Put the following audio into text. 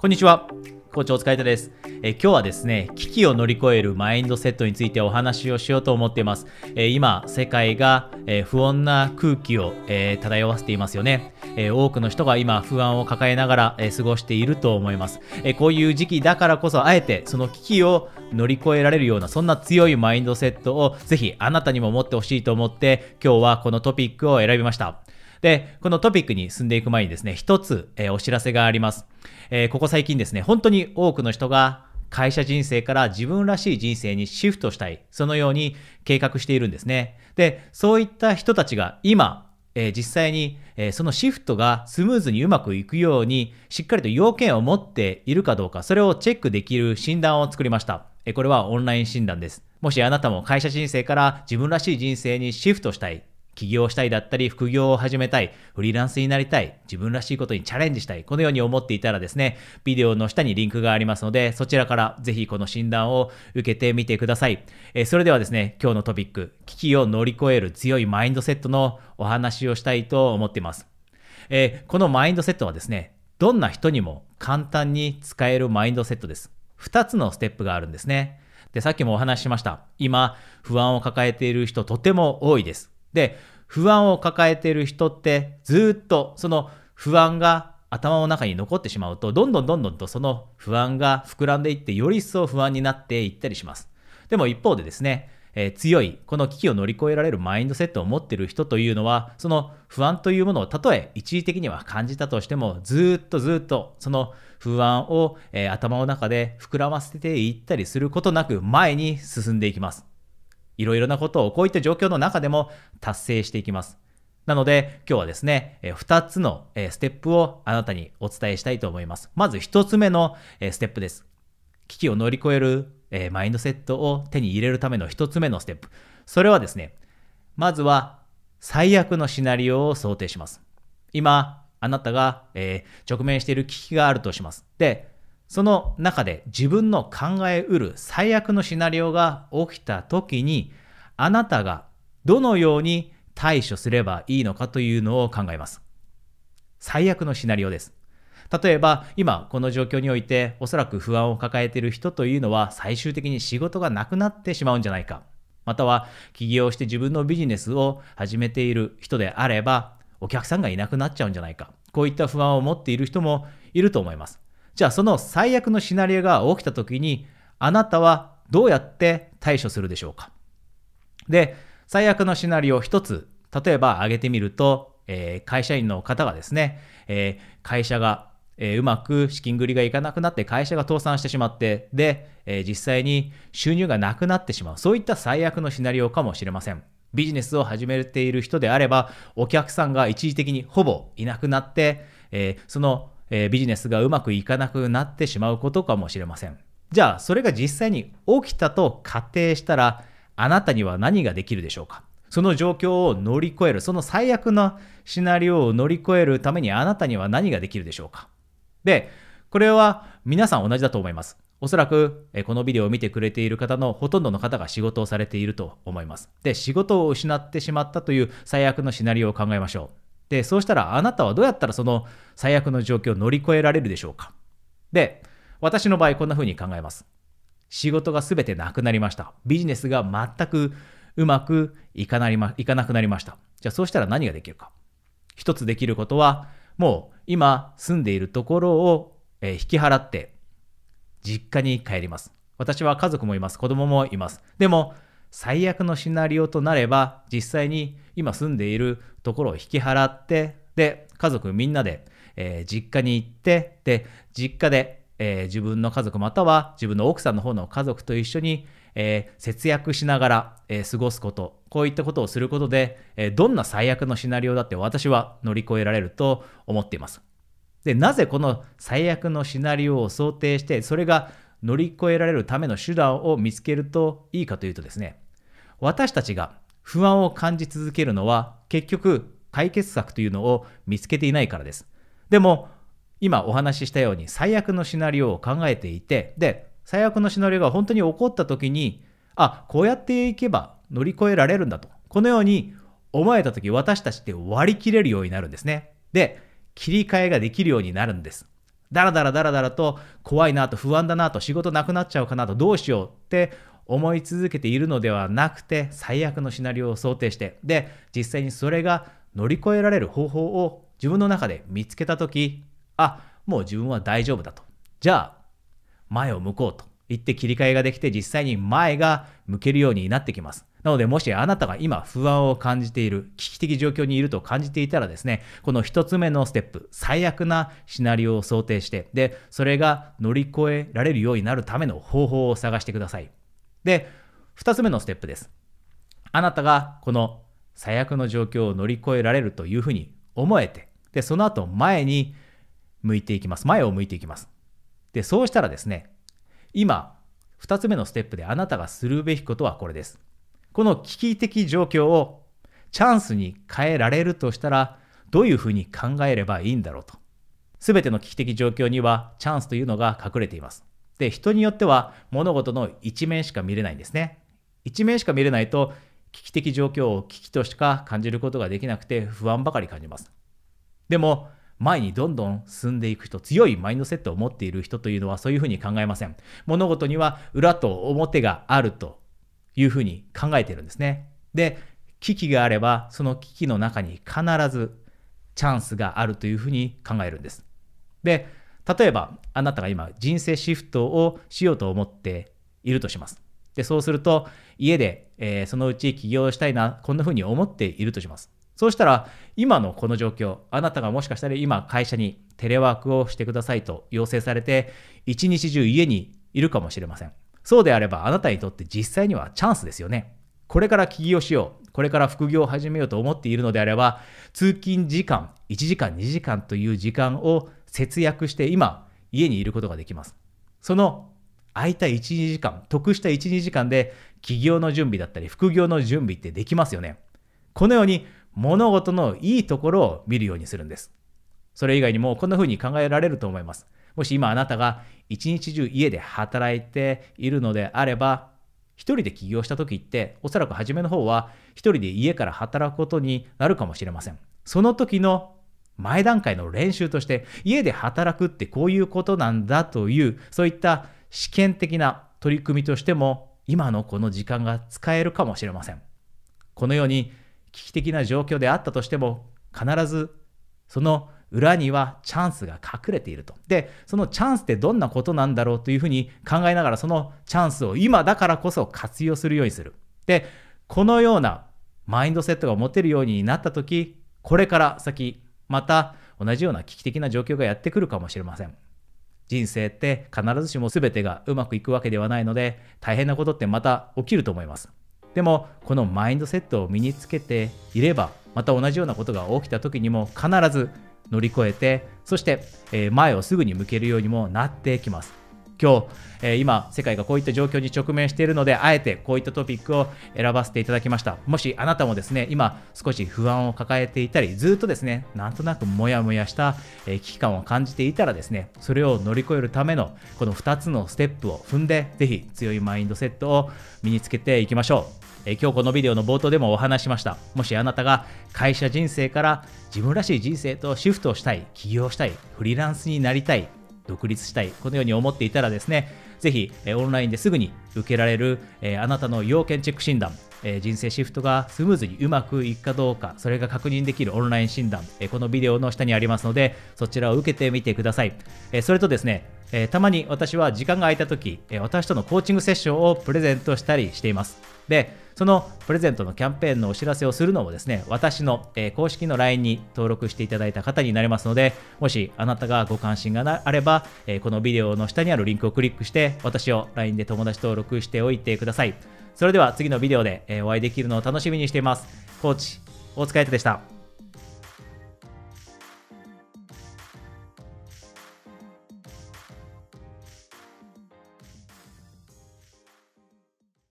こんにちは。コーチお疲れ様です。今日はですね、危機を乗り越えるマインドセットについてお話をしようと思っています。今、世界が、不穏な空気を、漂わせていますよね。多くの人が今、不安を抱えながら、過ごしていると思います。こういう時期だからこそ、あえてその危機を乗り越えられるような、そんな強いマインドセットをぜひあなたにも持ってほしいと思って、今日はこのトピックを選びました。で、このトピックに進んでいく前にですね、一つ、お知らせがあります。ここ最近ですね、本当に多くの人が会社人生から自分らしい人生にシフトしたい、そのように計画しているんですね。で、そういった人たちが今、実際に、そのシフトがスムーズにうまくいくように、しっかりと要件を持っているかどうか、それをチェックできる診断を作りました。これはオンライン診断です。もしあなたも会社人生から自分らしい人生にシフトしたい、起業したいだったり、副業を始めたい、フリーランスになりたい、自分らしいことにチャレンジしたい、このように思っていたらですね、ビデオの下にリンクがありますので、そちらからぜひこの診断を受けてみてください。それではですね、今日のトピック、危機を乗り越える強いマインドセットのお話をしたいと思っています。このマインドセットはですね、どんな人にも簡単に使えるマインドセットです。2つのステップがあるんですね。で、さっきもお話ししました。今、不安を抱えている人とても多いです。で、不安を抱えている人ってずっとその不安が頭の中に残ってしまうと、どんどんとその不安が膨らんでいって、より一層不安になっていったりします。でも一方でですね、強いこの危機を乗り越えられるマインドセットを持っている人というのは、その不安というものをたとえ一時的には感じたとしても、ずっとその不安を、頭の中で膨らませていったりすることなく前に進んでいきます。いろいろなことをこういった状況の中でも達成していきます。なので今日はですね、2つのステップをあなたにお伝えしたいと思います。まず1つ目のステップです。危機を乗り越えるマインドセットを手に入れるための1つ目のステップ。それはですね、まずは最悪のシナリオを想定します。今、あなたが直面している危機があるとします。で、その中で自分の考えうる最悪のシナリオが起きた時に、あなたがどのように対処すればいいのかというのを考えます。最悪のシナリオです。例えば今この状況においておそらく不安を抱えている人というのは最終的に仕事がなくなってしまうんじゃないか。または起業して自分のビジネスを始めている人であればお客さんがいなくなっちゃうんじゃないか。こういった不安を持っている人もいると思います。じゃあその最悪のシナリオが起きた時にあなたはどうやって対処するでしょうか。で、最悪のシナリオ一つ例えば挙げてみると、会社員の方がですね、会社が、うまく資金繰りがいかなくなって会社が倒産してしまってで、実際に収入がなくなってしまう、そういった最悪のシナリオかもしれません。ビジネスを始めている人であればお客さんが一時的にほぼいなくなって、そのビジネスがうまくいかなくなってしまうことかもしれません。じゃあそれが実際に起きたと仮定したらあなたには何ができるでしょうか。その状況を乗り越える、その最悪なシナリオを乗り越えるためにあなたには何ができるでしょうか。で、これは皆さん同じだと思います。おそらくこのビデオを見てくれている方のほとんどの方が仕事をされていると思います。で、仕事を失ってしまったという最悪のシナリオを考えましょう。で、そうしたらあなたはどうやったらその最悪の状況を乗り越えられるでしょうか。で、私の場合こんな風に考えます。仕事が全てなくなりました。ビジネスが全くうまくいかなくなりました。じゃあそうしたら何ができるか。一つできることは、もう今住んでいるところを引き払って実家に帰ります。私は家族もいます。子供もいます。でも最悪のシナリオとなれば実際に今住んでいるところを引き払ってで家族みんなで、実家に行ってで実家で、自分の家族または自分の奥さんの方の家族と一緒に、節約しながら、過ごすこと、こういったことをすることで、どんな最悪のシナリオだって私は乗り越えられると思っています。で、なぜこの最悪のシナリオを想定してそれが乗り越えられるための手段を見つけるといいかというとですね、私たちが不安を感じ続けるのは結局解決策というのを見つけていないからです。でも今お話ししたように最悪のシナリオを考えていて、で最悪のシナリオが本当に起こった時に、こうやっていけば乗り越えられるんだと、このように思えた時、私たちって割り切れるようになるんですね。で、切り替えができるようになるんです。 だらだらと怖いなと、不安だなと、仕事なくなっちゃうかなと、どうしようって思い続けているのではなくて、最悪のシナリオを想定して、で、実際にそれが乗り越えられる方法を自分の中で見つけたとき、もう自分は大丈夫だと。じゃあ、前を向こうと言って切り替えができて、実際に前が向けるようになってきます。なので、もしあなたが今不安を感じている、危機的状況にいると感じていたらですね、この一つ目のステップ、最悪なシナリオを想定して、で、それが乗り越えられるようになるための方法を探してください。で、二つ目のステップです。あなたがこの最悪の状況を乗り越えられるというふうに思えて、で、その後前に向いていきます。前を向いていきます。で、そうしたらですね、今、二つ目のステップであなたがするべきことはこれです。この危機的状況をチャンスに変えられるとしたら、どういうふうに考えればいいんだろうと。すべての危機的状況にはチャンスというのが隠れています。で、人によっては物事の一面しか見れないんですね。一面しか見れないと、危機的状況を危機としか感じることができなくて不安ばかり感じます。でも、前にどんどん進んでいく人、強いマインドセットを持っている人というのはそういうふうに考えません。物事には裏と表があるというふうに考えているんですね。で、危機があれば、その危機の中に必ずチャンスがあるというふうに考えるんです。で、例えば、あなたが今、人生シフトをしようと思っているとします。で、そうすると、家で、そのうち起業したいな、こんなふうに思っているとします。そうしたら、今のこの状況、あなたがもしかしたら今、会社にテレワークをしてくださいと要請されて、一日中家にいるかもしれません。そうであれば、あなたにとって実際にはチャンスですよね。これから起業しよう、これから副業を始めようと思っているのであれば、通勤時間、1時間、2時間という時間を節約して、今、家にいることができます。その空いた1、2時間、得した1、2時間で、起業の準備だったり、副業の準備ってできますよね。このように、物事のいいところを見るようにするんです。それ以外にもこんな風に考えられると思います。もし今あなたが一日中家で働いているのであれば、一人で起業した時っておそらく初めの方は一人で家から働くことになるかもしれません。その時の前段階の練習として家で働くってこういうことなんだというそういった試験的な取り組みとしても今のこの時間が使えるかもしれません。このように危機的な状況であったとしても必ずその裏にはチャンスが隠れていると。で、そのチャンスってどんなことなんだろうというふうに考えながらそのチャンスを今だからこそ活用するようにする。で、このようなマインドセットが持てるようになったとき、これから先また同じような危機的な状況がやってくるかもしれません。人生って必ずしも全てがうまくいくわけではないので大変なことってまた起きると思います。でもこのマインドセットを身につけていればまた同じようなことが起きた時にも必ず乗り越えてそして前をすぐに向けるようにもなってきます。今日、今世界がこういった状況に直面しているのであえてこういったトピックを選ばせていただきました。もしあなたもですね今少し不安を抱えていたりずっとですねなんとなくモヤモヤした、危機感を感じていたらですねそれを乗り越えるためのこの2つのステップを踏んでぜひ強いマインドセットを身につけていきましょう。今日このビデオの冒頭でもお話しました。もしあなたが会社人生から自分らしい人生とシフトをしたい、起業したい、フリーランスになりたい、独立したい、このように思っていたらですね、ぜひオンラインですぐに受けられるあなたの要件チェック診断、人生シフトがスムーズにうまくいくかどうか、それが確認できるオンライン診断、このビデオの下にありますので、そちらを受けてみてください。それとですね、たまに私は時間が空いた時、私とのコーチングセッションをプレゼントしたりしています。で、そのプレゼントのキャンペーンのお知らせをするのもですね、私の公式の LINE に登録していただいた方になりますので、もしあなたがご関心があれば、このビデオの下にあるリンクをクリックして、私を LINE で友達登録しておいてください。それでは次のビデオでお会いできるのを楽しみにしています。コーチ、大塚愛斗でした。